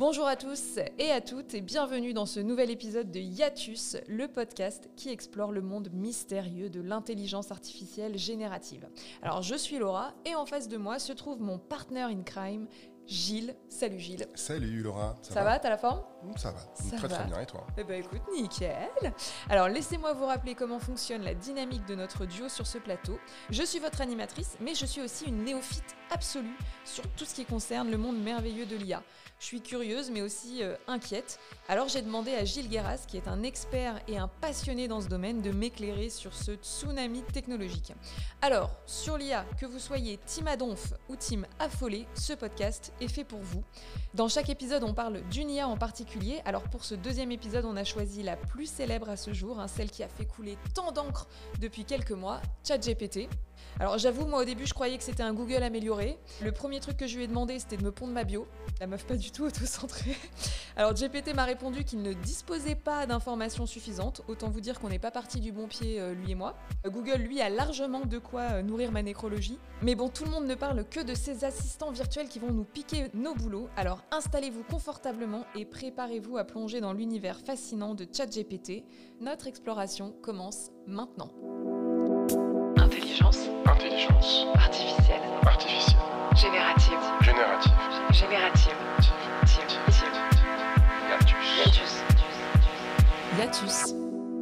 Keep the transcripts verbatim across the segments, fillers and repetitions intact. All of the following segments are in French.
Bonjour à tous et à toutes et bienvenue dans ce nouvel épisode de Hiatus, le podcast qui explore le monde mystérieux de l'intelligence artificielle générative. Alors je suis Laura et en face de moi se trouve mon partner in crime, Gilles. Salut Gilles. Salut Laura. Ça, ça va, va t'as la forme ? Ça va, ça très va. très bien, et toi ? Eh ben écoute, nickel. Alors laissez-moi vous rappeler comment fonctionne la dynamique de notre duo sur ce plateau. Je suis votre animatrice, mais je suis aussi une néophyte absolue sur tout ce qui concerne le monde merveilleux de l'I A. Je suis curieuse, mais aussi euh, inquiète. Alors j'ai demandé à Gilles Guéras, qui est un expert et un passionné dans ce domaine, de m'éclairer sur ce tsunami technologique. Alors, sur l'I A, que vous soyez team Adonf ou team affolé, ce podcast est fait pour vous. Dans chaque épisode, on parle d'une I A en particulier. Alors pour ce deuxième épisode, on a choisi la plus célèbre à ce jour, hein, celle qui a fait couler tant d'encre depuis quelques mois, ChatGPT. Alors j'avoue, moi au début je croyais que c'était un Google amélioré. Le premier truc que je lui ai demandé, c'était de me pondre ma bio. La meuf pas du tout auto-centrée. Alors G P T m'a répondu qu'il ne disposait pas d'informations suffisantes. Autant vous dire qu'on n'est pas parti du bon pied, euh, lui et moi. Google, lui, a largement de quoi euh, nourrir ma nécrologie. Mais bon, tout le monde ne parle que de ces assistants virtuels qui vont nous piquer nos boulots. Alors installez-vous confortablement et préparez-vous à plonger dans l'univers fascinant de ChatGPT. Notre exploration commence maintenant. Intelligence. Intelligence. Artificielle. Artificielle. Générative. Générative. Générative. Tive. Tive. Hiatus. Hiatus. Hiatus.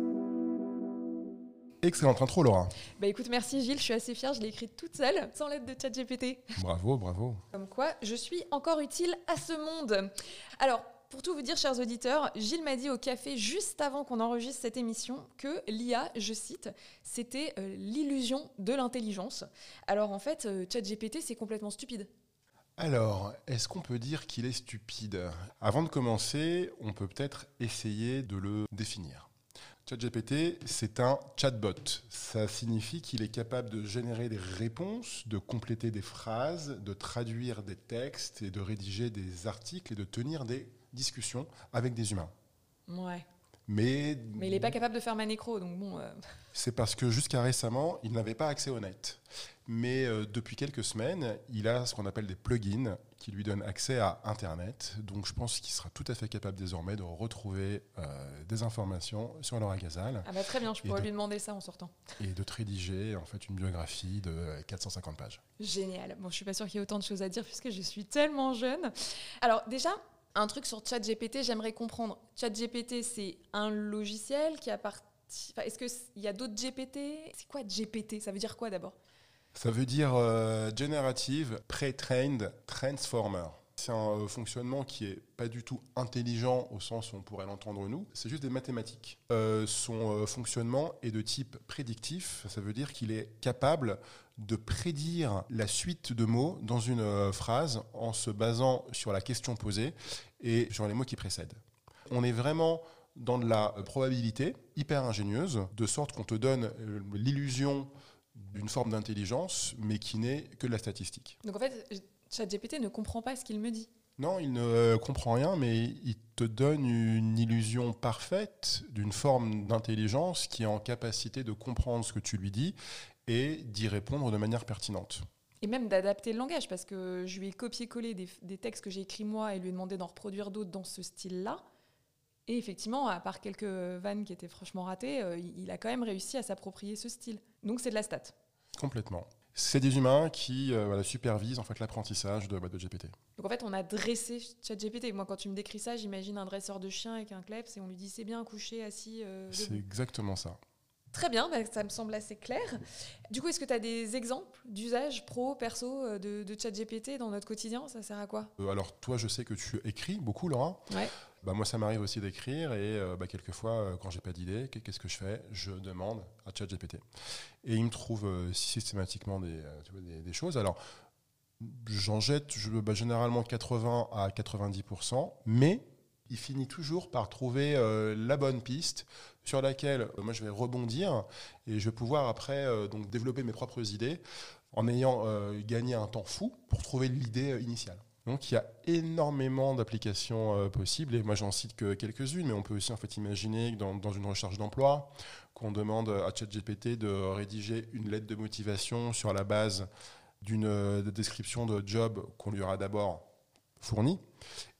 Excellente intro, Laura. Bah écoute, merci Gilles, je suis assez fière, je l'ai écrite toute seule, sans l'aide de ChatGPT. Bravo, bravo. Comme quoi, je suis encore utile à ce monde. Alors, pour tout vous dire, chers auditeurs, Gilles m'a dit au café juste avant qu'on enregistre cette émission que l'I A, je cite, c'était euh, l'illusion de l'intelligence. Alors en fait, euh, ChatGPT, c'est complètement stupide. Alors, est-ce qu'on peut dire qu'il est stupide ? Avant de commencer, on peut peut-être essayer de le définir. ChatGPT, c'est un chatbot. Ça signifie qu'il est capable de générer des réponses, de compléter des phrases, de traduire des textes et de rédiger des articles et de tenir des discussions avec des humains. Ouais. Mais, Mais il n'est pas capable de faire ma nécro, donc bon... Euh... C'est parce que jusqu'à récemment, il n'avait pas accès au net. Mais euh, depuis quelques semaines, il a ce qu'on appelle des plugins qui lui donnent accès à Internet. Donc je pense qu'il sera tout à fait capable désormais de retrouver euh, des informations sur Laura Gazal. Ah bah très bien, je pourrais de, lui demander ça en sortant. Et de te rédiger en fait une biographie de quatre cent cinquante pages. Génial. Bon, je suis pas sûre qu'il y ait autant de choses à dire puisque je suis tellement jeune. Alors déjà... Un truc sur ChatGPT, j'aimerais comprendre. ChatGPT, c'est un logiciel qui appartient... Enfin, est-ce qu'il y a d'autres G P T ? C'est quoi G P T ? Ça veut dire quoi d'abord ? Ça veut dire euh, Generative Pre-trained Transformer. C'est un euh, fonctionnement qui n'est pas du tout intelligent au sens où on pourrait l'entendre nous. C'est juste des mathématiques. Euh, son euh, fonctionnement est de type prédictif. Ça veut dire qu'il est capable de prédire la suite de mots dans une euh, phrase en se basant sur la question posée et sur les mots qui précèdent. On est vraiment dans de la probabilité hyper ingénieuse, de sorte qu'on te donne euh, l'illusion d'une forme d'intelligence, mais qui n'est que de la statistique. Donc en fait, ChatGPT ne comprend pas ce qu'il me dit. Non, il ne comprend rien, mais il te donne une illusion parfaite d'une forme d'intelligence qui est en capacité de comprendre ce que tu lui dis et d'y répondre de manière pertinente. Et même d'adapter le langage, parce que je lui ai copié-collé des, des textes que j'ai écrits moi et lui ai demandé d'en reproduire d'autres dans ce style-là. Et effectivement, à part quelques vannes qui étaient franchement ratées, euh, il a quand même réussi à s'approprier ce style. Donc c'est de la stat. Complètement. C'est des humains qui euh, voilà, supervisent en fait, l'apprentissage de, bah, de G P T. Donc en fait, on a dressé ChatGPT. Moi, quand tu me décris ça, j'imagine un dresseur de chien avec un kleps et on lui dit c'est bien couché, assis. Euh, c'est exactement ça. Très bien, bah, ça me semble assez clair. Du coup, est-ce que tu as des exemples d'usage pro, perso de, de ChatGPT dans notre quotidien ? Ça sert à quoi ? euh, Alors toi, je sais que tu écris beaucoup, Laura. Ouais. Bah, moi, ça m'arrive aussi d'écrire et euh, bah, quelquefois, euh, quand j'ai pas d'idée, qu'est-ce que je fais ? Je demande à ChatGPT. Et il me trouve euh, systématiquement des, euh, tu vois, des, des choses. Alors, j'en jette je, bah, généralement quatre-vingts à quatre-vingt-dix pour cent, mais il finit toujours par trouver euh, la bonne piste sur laquelle euh, moi je vais rebondir et je vais pouvoir après euh, donc développer mes propres idées en ayant euh, gagné un temps fou pour trouver l'idée euh, initiale. Donc il y a énormément d'applications euh, possibles et moi j'en cite que quelques-unes, mais on peut aussi en fait imaginer que dans, dans une recherche d'emploi qu'on demande à ChatGPT de rédiger une lettre de motivation sur la base d'une euh, description de job qu'on lui aura d'abord fournie.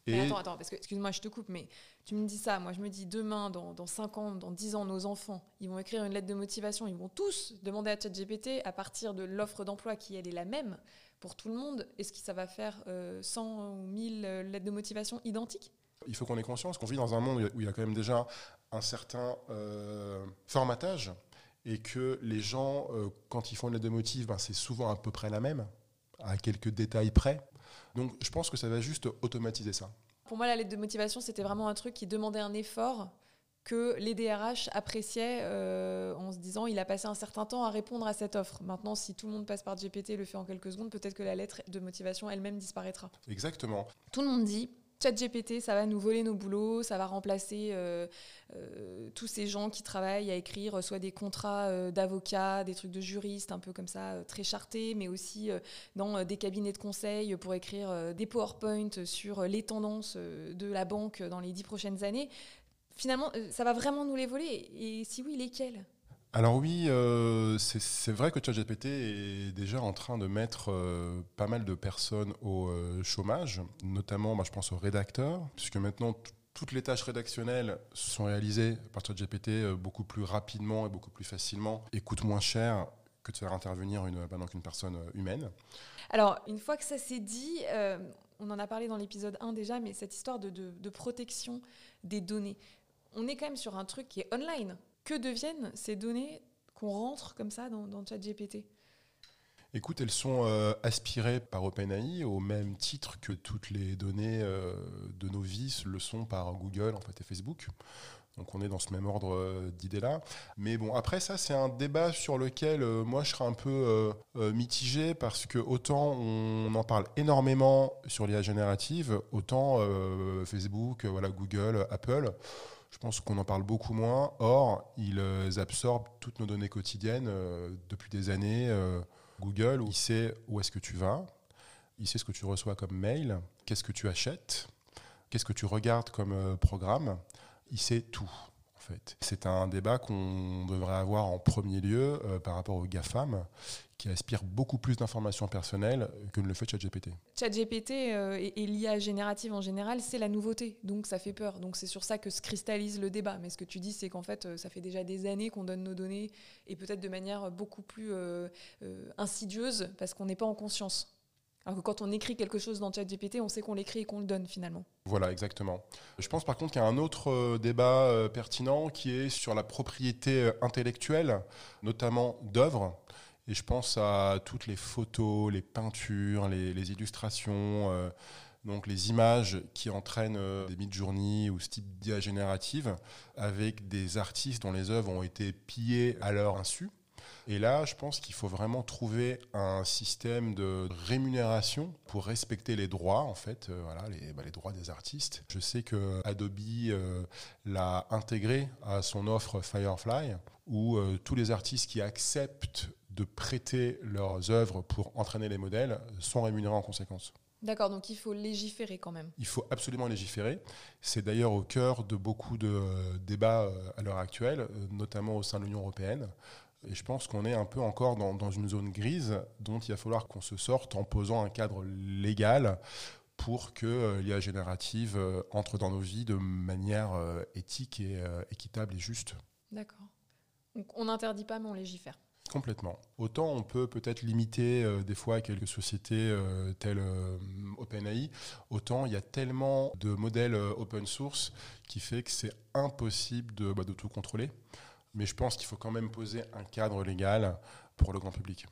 Mais attends, attends, parce que, excuse-moi, je te coupe, mais tu me dis ça, moi je me dis demain, dans, dans cinq ans, dans dix ans, nos enfants, ils vont écrire une lettre de motivation, ils vont tous demander à ChatGPT, à partir de l'offre d'emploi qui, elle, est la même pour tout le monde, est-ce que ça va faire euh, cent ou mille euh, lettres de motivation identiques ? Il faut qu'on ait conscience qu'on vit dans un monde où il y a quand même déjà un certain euh, formatage et que les gens, euh, quand ils font une lettre de motive, ben, c'est souvent à peu près la même, à quelques détails près. Donc je pense que ça va juste automatiser ça. Pour moi, la lettre de motivation, c'était vraiment un truc qui demandait un effort que les D R H appréciaient euh, en se disant il a passé un certain temps à répondre à cette offre. Maintenant, si tout le monde passe par G P T et le fait en quelques secondes, peut-être que la lettre de motivation elle-même disparaîtra. Exactement. Tout le monde dit ChatGPT, ça va nous voler nos boulots, ça va remplacer euh, euh, tous ces gens qui travaillent à écrire soit des contrats euh, d'avocats, des trucs de juristes, un peu comme ça, euh, très chartés, mais aussi euh, dans euh, des cabinets de conseil pour écrire euh, des PowerPoint sur euh, les tendances euh, de la banque dans les dix prochaines années. Finalement, euh, ça va vraiment nous les voler. Et si oui, lesquels ? Alors oui, euh, c'est, c'est vrai que ChatGPT est déjà en train de mettre euh, pas mal de personnes au euh, chômage, notamment bah, je pense aux rédacteurs, puisque maintenant t- toutes les tâches rédactionnelles sont réalisées par ChatGPT euh, beaucoup plus rapidement et beaucoup plus facilement et coûtent moins cher que de faire intervenir une, bah, donc une personne euh, humaine. Alors, une fois que ça s'est dit, euh, on en a parlé dans l'épisode un déjà, mais cette histoire de, de, de protection des données, on est quand même sur un truc qui est online. Que deviennent ces données qu'on rentre comme ça dans, dans ChatGPT ? Écoute, elles sont euh, aspirées par OpenAI au même titre que toutes les données euh, de nos vies le sont par Google en fait, et Facebook. Donc on est dans ce même ordre euh, d'idées-là. Mais bon, après ça, c'est un débat sur lequel euh, moi je serais un peu euh, euh, mitigé parce que autant on en parle énormément sur l'I A générative, autant euh, Facebook, voilà, Google, Apple, je pense qu'on en parle beaucoup moins. Or, ils euh, absorbent toutes nos données quotidiennes euh, depuis des années. Euh, Google, il sait où est-ce que tu vas, il sait ce que tu reçois comme mail, qu'est-ce que tu achètes, qu'est-ce que tu regardes comme euh, programme. Il sait tout, en fait. C'est un débat qu'on devrait avoir en premier lieu euh, par rapport aux GAFAM, qui aspirent beaucoup plus d'informations personnelles que ne le fait ChatGPT. ChatGPT euh, et, et l'I A générative en général, c'est la nouveauté, donc ça fait peur. Donc c'est sur ça que se cristallise le débat. Mais ce que tu dis, c'est qu'en fait, ça fait déjà des années qu'on donne nos données, et peut-être de manière beaucoup plus euh, euh, insidieuse, parce qu'on n'est pas en conscience. Alors que quand on écrit quelque chose dans ChatGPT, on sait qu'on l'écrit et qu'on le donne finalement. Voilà, exactement. Je pense par contre qu'il y a un autre euh, débat euh, pertinent qui est sur la propriété euh, intellectuelle, notamment d'œuvres. Et je pense à toutes les photos, les peintures, les, les illustrations, euh, donc les images qui entraînent euh, des mid-journey ou ce type d'I A générative avec des artistes dont les œuvres ont été pillées à leur insu. Et là, je pense qu'il faut vraiment trouver un système de rémunération pour respecter les droits, en fait, euh, voilà, les, bah, les droits des artistes. Je sais que Adobe euh, l'a intégré à son offre Firefly, où euh, tous les artistes qui acceptent de prêter leurs œuvres pour entraîner les modèles sont rémunérés en conséquence. D'accord, donc il faut légiférer quand même. Il faut absolument légiférer. C'est d'ailleurs au cœur de beaucoup de euh, débats euh, à l'heure actuelle, euh, notamment au sein de l'Union européenne. Et je pense qu'on est un peu encore dans, dans une zone grise dont il va falloir qu'on se sorte en posant un cadre légal pour que euh, l'I A générative euh, entre dans nos vies de manière euh, éthique et euh, équitable et juste. D'accord. Donc on n'interdit pas, mais on légifère. Complètement. Autant on peut peut-être limiter euh, des fois quelques sociétés euh, telles euh, OpenAI, autant il y a tellement de modèles euh, open source qui fait que c'est impossible de, bah, de tout contrôler. Mais je pense qu'il faut quand même poser un cadre légal pour le grand public.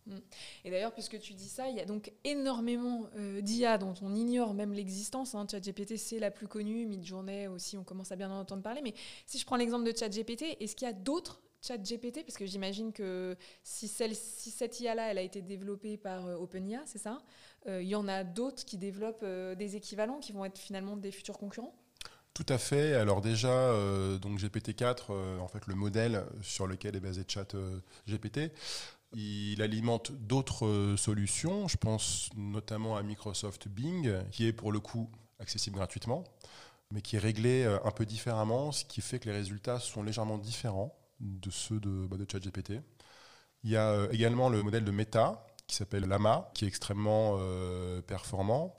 Et d'ailleurs, puisque tu dis ça, il y a donc énormément euh, d'I A dont on ignore même l'existence. Hein. ChatGPT, c'est la plus connue. Midjourney aussi, on commence à bien en entendre parler. Mais si je prends l'exemple de ChatGPT, est-ce qu'il y a d'autres ChatGPT ? Parce que j'imagine que si, celle, si cette I A-là, elle a été développée par euh, OpenIA, c'est ça ? euh, Il y en a d'autres qui développent euh, des équivalents qui vont être finalement des futurs concurrents ? Tout à fait. Alors déjà, euh, donc G P T quatre, euh, en fait, le modèle sur lequel est basé ChatGPT, euh, il alimente d'autres euh, solutions. Je pense notamment à Microsoft Bing, qui est pour le coup accessible gratuitement, mais qui est réglé euh, un peu différemment, ce qui fait que les résultats sont légèrement différents de ceux de, bah, de ChatGPT. Il y a euh, également le modèle de Meta, qui s'appelle Llama, qui est extrêmement euh, performant.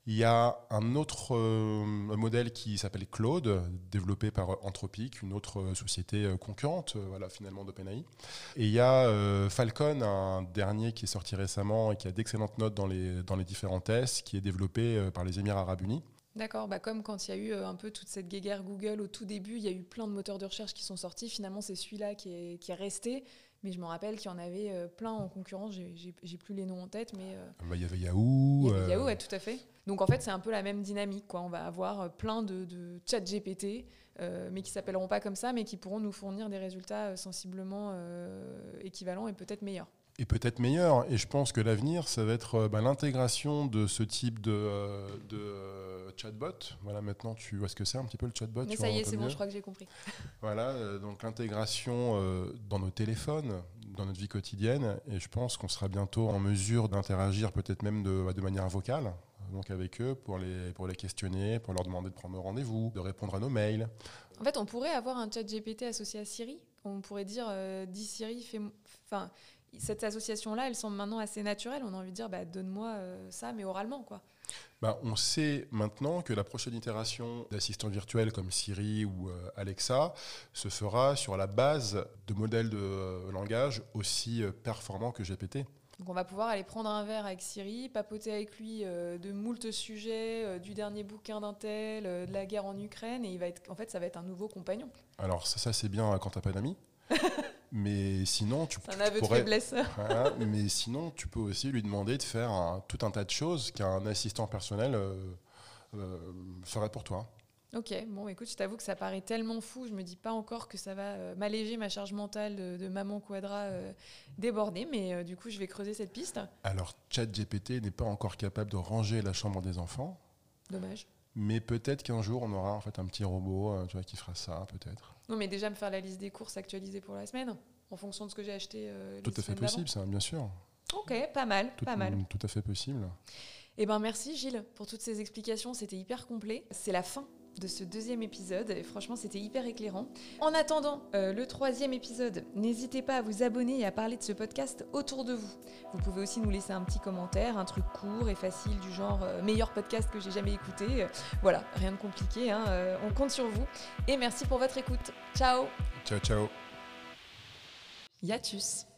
Il y a un autre euh, modèle qui s'appelle Claude, développé par Anthropic, une autre euh, société euh, concurrente, euh, voilà, finalement d'OpenAI. Et il y a euh, Falcon, un dernier qui est sorti récemment et qui a d'excellentes notes dans les, dans les différents tests, qui est développé euh, par les Émirats Arabes Unis. D'accord, bah comme quand il y a eu euh, un peu toute cette guéguerre Google au tout début, il y a eu plein de moteurs de recherche qui sont sortis. Finalement, c'est celui-là qui est, qui est resté. Mais je me rappelle qu'il y en avait euh, plein en concurrence. J'ai, j'ai, j'ai plus les noms en tête, mais euh, Bah, il y avait Yahoo. il y avait euh, Yahoo, ouais, tout à fait. Donc en fait, c'est un peu la même dynamique, quoi. On va avoir euh, plein de, de chat G P T, euh, mais qui s'appelleront pas comme ça, mais qui pourront nous fournir des résultats euh, sensiblement euh, équivalents et peut-être meilleurs. Et peut-être meilleur. Et je pense que l'avenir, ça va être euh, bah, l'intégration de ce type de, euh, de euh, chatbot. Voilà, maintenant, tu vois ce que c'est un petit peu le chatbot. Mais tu ça vois y un est, peu c'est bon, mieux. je crois que j'ai compris. Voilà, euh, donc l'intégration euh, dans nos téléphones, dans notre vie quotidienne. Et je pense qu'on sera bientôt en mesure d'interagir peut-être même de, de manière vocale, donc avec eux, pour les, pour les questionner, pour leur demander de prendre rendez-vous, de répondre à nos mails. En fait, on pourrait avoir un chat G P T associé à Siri. On pourrait dire, euh, dis Siri, fais... Enfin, cette association-là, elle semble maintenant assez naturelle. On a envie de dire, bah, donne-moi euh, ça, mais oralement, quoi. Bah, on sait maintenant que la prochaine itération d'assistants virtuels comme Siri ou euh, Alexa se fera sur la base de modèles de euh, langage aussi euh, performants que G P T. Donc on va pouvoir aller prendre un verre avec Siri, papoter avec lui euh, de moult sujets, euh, du dernier bouquin d'un tel, euh, de la guerre en Ukraine, et il va être, en fait, ça va être un nouveau compagnon. Alors ça, ça c'est bien quand t'as pas d'amis. Mais sinon, tu, C'est un tu aveu pourrais, de faiblesse. voilà, mais sinon, tu peux aussi lui demander de faire un- tout un tas de choses qu'un assistant personnel euh, euh, ferait pour toi. Ok, bon, écoute, je t'avoue que ça paraît tellement fou, je me dis pas encore que ça va euh, m'alléger ma charge mentale de, de maman quadra euh, débordée, mais euh, du coup, je vais creuser cette piste. Alors, ChatGPT n'est pas encore capable de ranger la chambre des enfants, Dommage. mais peut-être qu'un jour, on aura en fait un petit robot euh, tu vois, qui fera ça, peut-être. Non, mais déjà me faire la liste des courses actualisée pour la semaine, en fonction de ce que j'ai acheté euh, les Tout à fait semaines d'avant. possible, ça, bien sûr. Ok, pas mal, Tout, pas mal. tout à fait possible. Eh ben merci Gilles pour toutes ces explications, c'était hyper complet. C'est la fin de ce deuxième épisode et franchement c'était hyper éclairant. En attendant euh, le troisième épisode, n'hésitez pas à vous abonner et à parler de ce podcast autour de vous. Vous pouvez aussi nous laisser un petit commentaire, un truc court et facile du genre euh, meilleur podcast que j'ai jamais écouté. Euh, voilà, rien de compliqué, hein, euh, on compte sur vous. Et merci pour votre écoute. Ciao. Ciao, ciao. Hiatus.